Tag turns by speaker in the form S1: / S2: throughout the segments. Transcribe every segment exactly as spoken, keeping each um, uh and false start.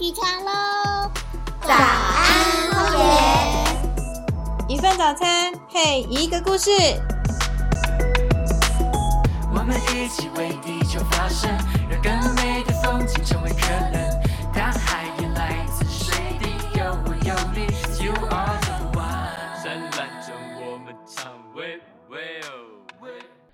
S1: 起床喽！
S2: 早安，荒野。
S3: 一份早餐配一个故事，
S4: 我们一起为地球发声，让更美的风景成为可能。大海也来自水滴，有我有你 ，You are the one。灿烂中我们唱喂喂哦。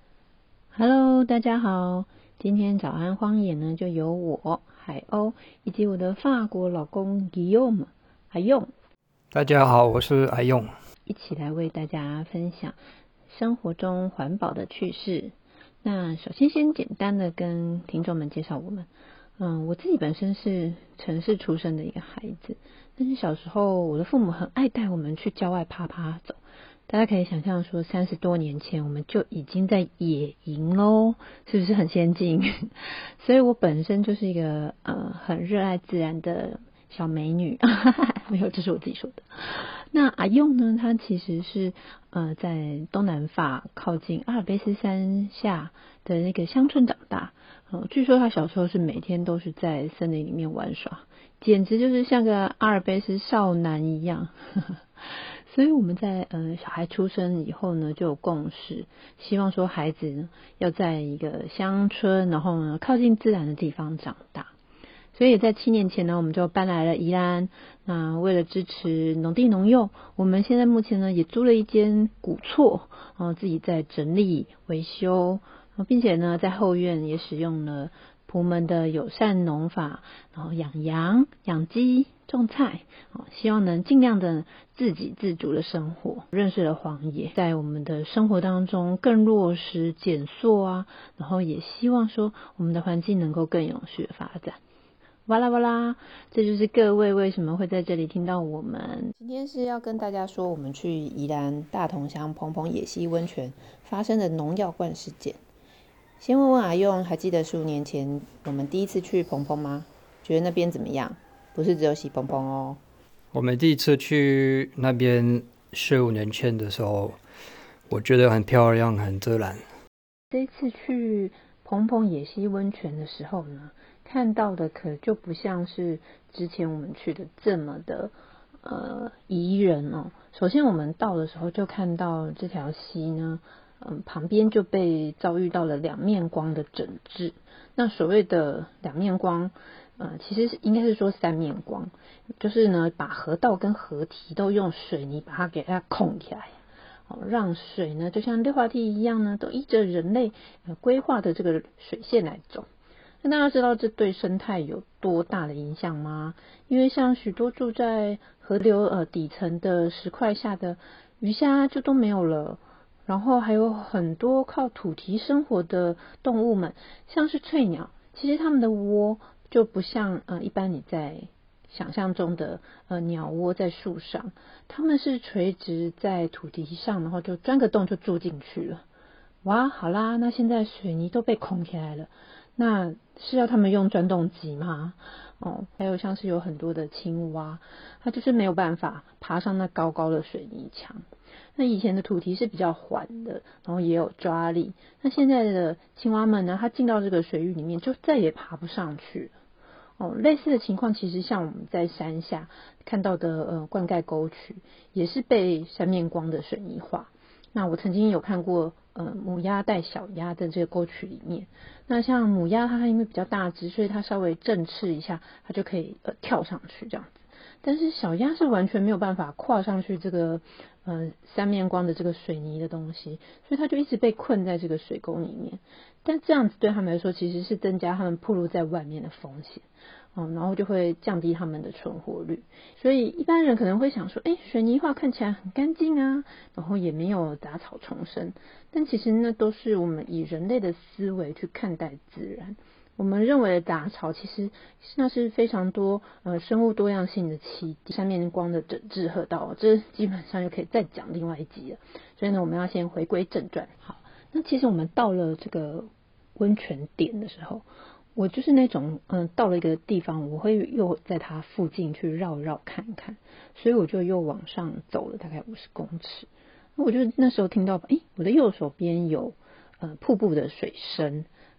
S5: Hello， 大家好，今天早安荒野呢，就由我海鸥以及我的法国老公 Guillaume 阿用。
S6: 大家好，我是阿用，
S5: 一起来为大家分享生活中环保的趣事。那首先先简单的跟听众们介绍我们。嗯，我自己本身是城市出生的一个孩子，但是小时候我的父母很爱带我们去郊外趴趴走。大家可以想象说，三十多年前我们就已经在野营喽，是不是很先进？所以我本身就是一个呃很热爱自然的小美女，没有，这是我自己说的。那阿用呢，他其实是呃在东南法靠近阿尔卑斯山下的那个乡村长大。呃，据说他小时候是每天都是在森林里面玩耍，简直就是像个阿尔卑斯少男一样。所以我们在呃小孩出生以后呢，就有共识，希望说孩子呢要在一个乡村，然后呢靠近自然的地方长大。所以在七年前呢，我们就搬来了宜兰。那为了支持农地农用，我们现在目前呢也租了一间古厝，然后自己在整理维修，并且呢在后院也使用了仆们的友善农法，然后养羊、养鸡、种菜，希望能尽量的自给自足的生活。认识了荒野，在我们的生活当中更落实减塑啊，然后也希望说我们的环境能够更永续的发展。哇啦哇啦，这就是各位为什么会在这里听到我们。今天是要跟大家说我们去宜兰大同乡蓬蓬野溪温泉发生的农药罐事件。先问问阿用，还记得十五年前我们第一次去蓬蓬吗？觉得那边怎么样？不是只有洗蓬蓬哦。
S6: 我们第一次去那边十五年前的时候，我觉得很漂亮，很自然。
S5: 这一次去蓬蓬野溪温泉的时候呢，看到的可就不像是之前我们去的这么的呃宜人哦。首先我们到的时候就看到这条溪呢，嗯，旁边就被遭遇到了两面光的整治。那所谓的两面光，呃，其实应该是说三面光，就是呢把河道跟河堤都用水泥把它给它孔起来。让水呢就像溜滑梯一样呢，都依着人类呃规划的这个水线来走。那大家知道这对生态有多大的影响吗？因为像许多住在河流呃底层的石块下的鱼虾就都没有了，然后还有很多靠土堤生活的动物们，像是翠鸟，其实它们的窝就不像呃一般你在想象中的呃鸟窝在树上，它们是垂直在土地上，然后就钻个洞就住进去了。哇，好啦，那现在水泥都被空起来了，那是要他们用钻洞机吗？哦，还有像是有很多的青蛙，它就是没有办法爬上那高高的水泥墙。那以前的土堤是比较缓的，然后也有抓力。那现在的青蛙们呢，它进到这个水域里面就再也爬不上去了。哦，类似的情况其实像我们在山下看到的呃灌溉沟渠，也是被三面光的水泥化。那我曾经有看过呃母鸭带小鸭的这个沟渠里面，那像母鸭它因为比较大只，所以它稍微振翅一下，它就可以呃跳上去这样子。但是小鸭是完全没有办法跨上去这个呃三面光的这个水泥的东西，所以它就一直被困在这个水沟里面。但这样子对他们来说其实是增加他们暴露在外面的风险，嗯，然后就会降低他们的存活率。所以一般人可能会想说，哎，水泥化看起来很干净啊，然后也没有杂草丛生，但其实那都是我们以人类的思维去看待自然。我们认为的杂草其实那是非常多呃生物多样性的栖地。三面光的整治河道，这基本上就可以再讲另外一集了。所以呢，我们要先回归正传。好，那其实我们到了这个温泉点的时候，我就是那种嗯到了一个地方，我会又在它附近去绕一绕看看，所以我就又往上走了大概五十公尺。那我就那时候听到，诶，我的右手边有呃瀑布的水声。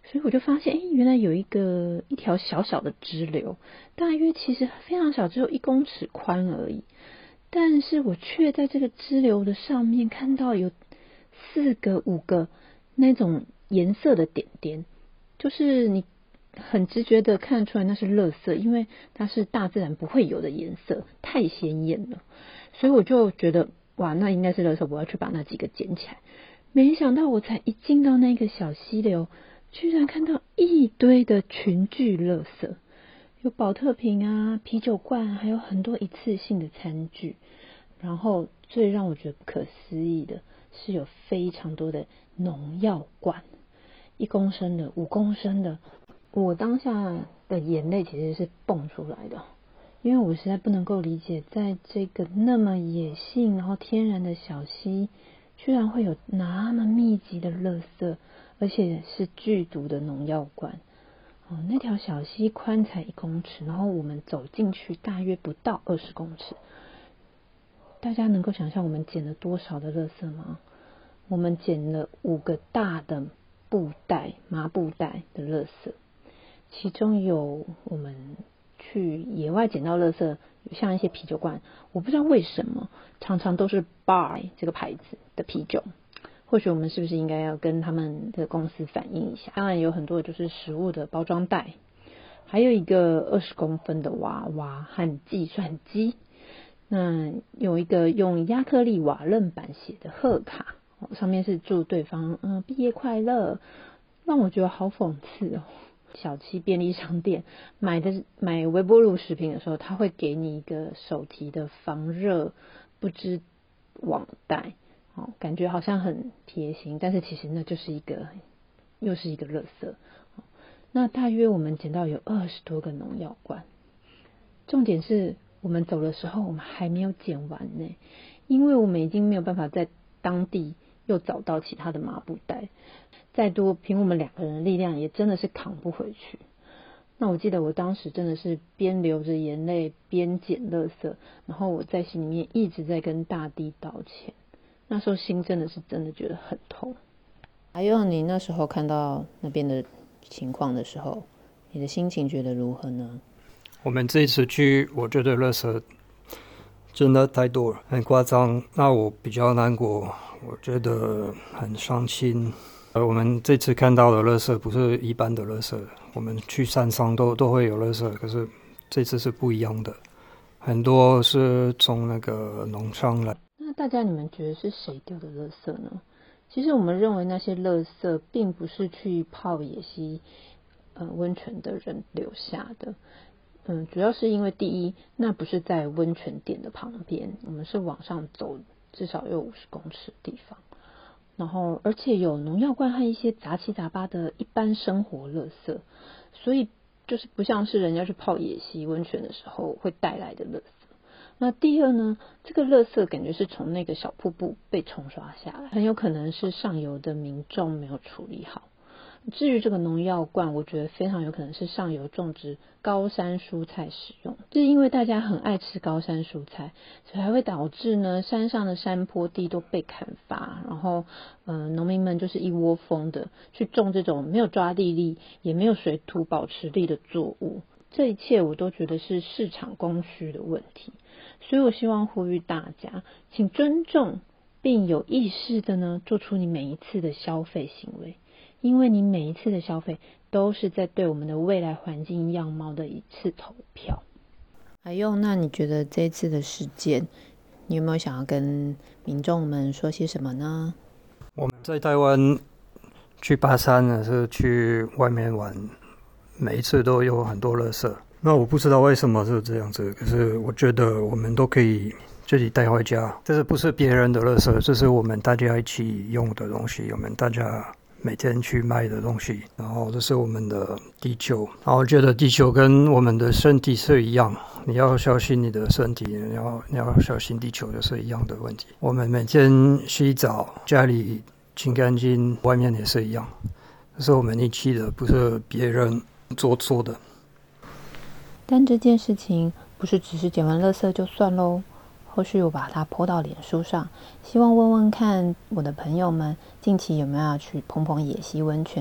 S5: 所以我就发现，哎，原来有一个一条小小的支流，大约其实非常小，只有一公尺宽而已。但是我却在这个支流的上面看到有四个、五个那种颜色的点点，就是你很直觉的看出来那是垃圾，因为它是大自然不会有的颜色，太鲜艳了。所以我就觉得，哇，那应该是垃圾，我要去把那几个捡起来。没想到我才一进到那个小溪流，居然看到一堆的群聚垃圾，有保特瓶啊、啤酒罐，还有很多一次性的餐具。然后最让我觉得不可思议的是，有非常多的农药罐，一公升的、五公升的。我当下的眼泪其实是蹦出来的，因为我实在不能够理解，在这个那么野性然后天然的小溪，居然会有那么密集的垃圾，而且是剧毒的农药罐。哦，那条小溪宽才一公尺，然后我们走进去大约不到二十公尺。大家能够想象我们捡了多少的垃圾吗？我们捡了五个大的布袋、麻布袋的垃圾，其中有我们去野外捡到垃圾，像一些啤酒罐，我不知道为什么常常都是 Bar 这个牌子的啤酒，或许我们是不是应该要跟他们的公司反映一下？当然有很多就是食物的包装袋，还有一个二十公分的娃娃和计算机，那有一个用亚克力瓦楞板写的贺卡，上面是祝对方嗯毕业快乐，让我觉得好讽刺哦。小七便利商店买的买微波炉食品的时候，他会给你一个手提的防热不织网袋，哦，感觉好像很贴心，但是其实那就是一个又是一个垃圾。哦，那大约我们捡到有二十多个农药罐，重点是我们走的时候我们还没有捡完呢，因为我们已经没有办法在当地又找到其他的麻布袋，再多凭我们两个人的力量也真的是扛不回去。那我记得我当时真的是边流着眼泪边捡垃圾，然后我在心里面一直在跟大地道歉，那时候心真的是真的觉得很痛。还有你那时候看到那边的情况的时候，你的心情觉得如何呢？
S6: 我们这一次去，我觉得垃圾真的太多了，很夸张。那我比较难过，我觉得很伤心。呃，我们这次看到的垃圾不是一般的垃圾，我们去山上都都会有垃圾，可是这次是不一样的，很多是从那个农场来。
S5: 那大家你们觉得是谁丢的垃圾呢？其实我们认为那些垃圾并不是去泡野溪呃温泉的人留下的。嗯，主要是因为第一，那不是在温泉点的旁边，我们是往上走至少有五十公尺的地方，然后而且有农药罐和一些杂七杂八的一般生活垃圾，所以就是不像是人家去泡野溪温泉的时候会带来的垃圾。那第二呢，这个垃圾感觉是从那个小瀑布被冲刷下来，很有可能是上游的民众没有处理好。至于这个农药罐，我觉得非常有可能是上游种植高山蔬菜使用，就是因为大家很爱吃高山蔬菜，所以还会导致呢山上的山坡地都被砍伐，然后呃农民们就是一窝蜂的去种这种没有抓地力也没有水土保持力的作物，这一切我都觉得是市场供需的问题。所以我希望呼吁大家，请尊重并有意识的呢做出你每一次的消费行为，因为你每一次的消费都是在对我们的未来环境样貌的一次投票。还有，那你觉得这次的事件，你有没有想要跟民众们说些什么呢？
S6: 我们在台湾去爬山呢，是去外面玩，每一次都有很多垃圾。那我不知道为什么是这样子，可是我觉得我们都可以自己带回家，这是不是别人的垃圾，这是我们大家一起用的东西，我们大家每天去卖的东西，然后这是我们的地球，然后我觉得地球跟我们的身体是一样，你要小心你的身体，你要你要小心地球，就是一样的问题。我们每天洗澡，家里清干净，外面也是一样，这是我们一起的，不是别人做错的。
S5: 但这件事情不是只是捡完垃圾就算咯，后续我把它 po 到脸书上，希望问问看我的朋友们近期有没有要去澎澎野溪温泉，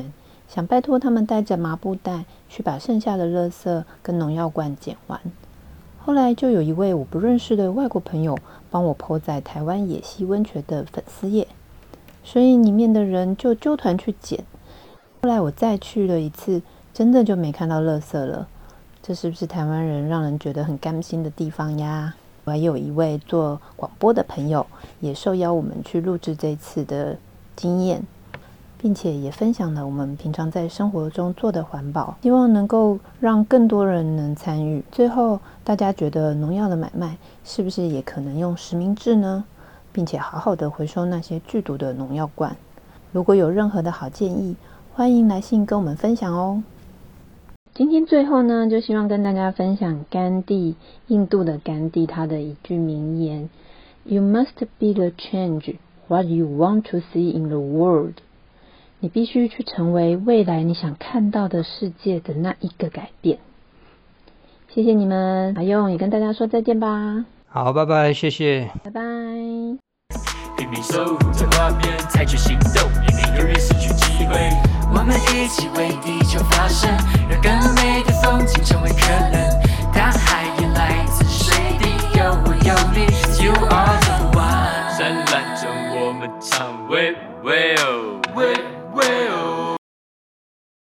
S5: 想拜托他们带着麻布袋去把剩下的垃圾跟农药罐捡完。后来就有一位我不认识的外国朋友帮我 po 在台湾野溪温泉的粉丝页，所以里面的人就揪团去捡。后来我再去了一次，真的就没看到垃圾了。这是不是台湾人让人觉得很甘心的地方呀？我还有一位做广播的朋友也受邀我们去录制这次的经验，并且也分享了我们平常在生活中做的环保，希望能够让更多人能参与。最后大家觉得农药的买卖是不是也可能用实名制呢？并且好好的回收那些剧毒的农药罐。如果有任何的好建议，欢迎来信跟我们分享哦。今天最后呢，就希望跟大家分享甘地，印度的甘地他的一句名言 You must be the change what you want to see in the world。 你必须去成为未来你想看到的世界的那一个改变。谢谢你们，阿用也跟大家说再见吧。
S6: 好，拜拜，谢谢，
S5: 拜拜。
S4: 拼命守护着画面，采取行动，以免永远失去机会。我们一起为地球发声，让更美的风景成为可能。大海也来自水滴，有我有你 ，You are the one。灿烂中我们唱，喂喂哦喂。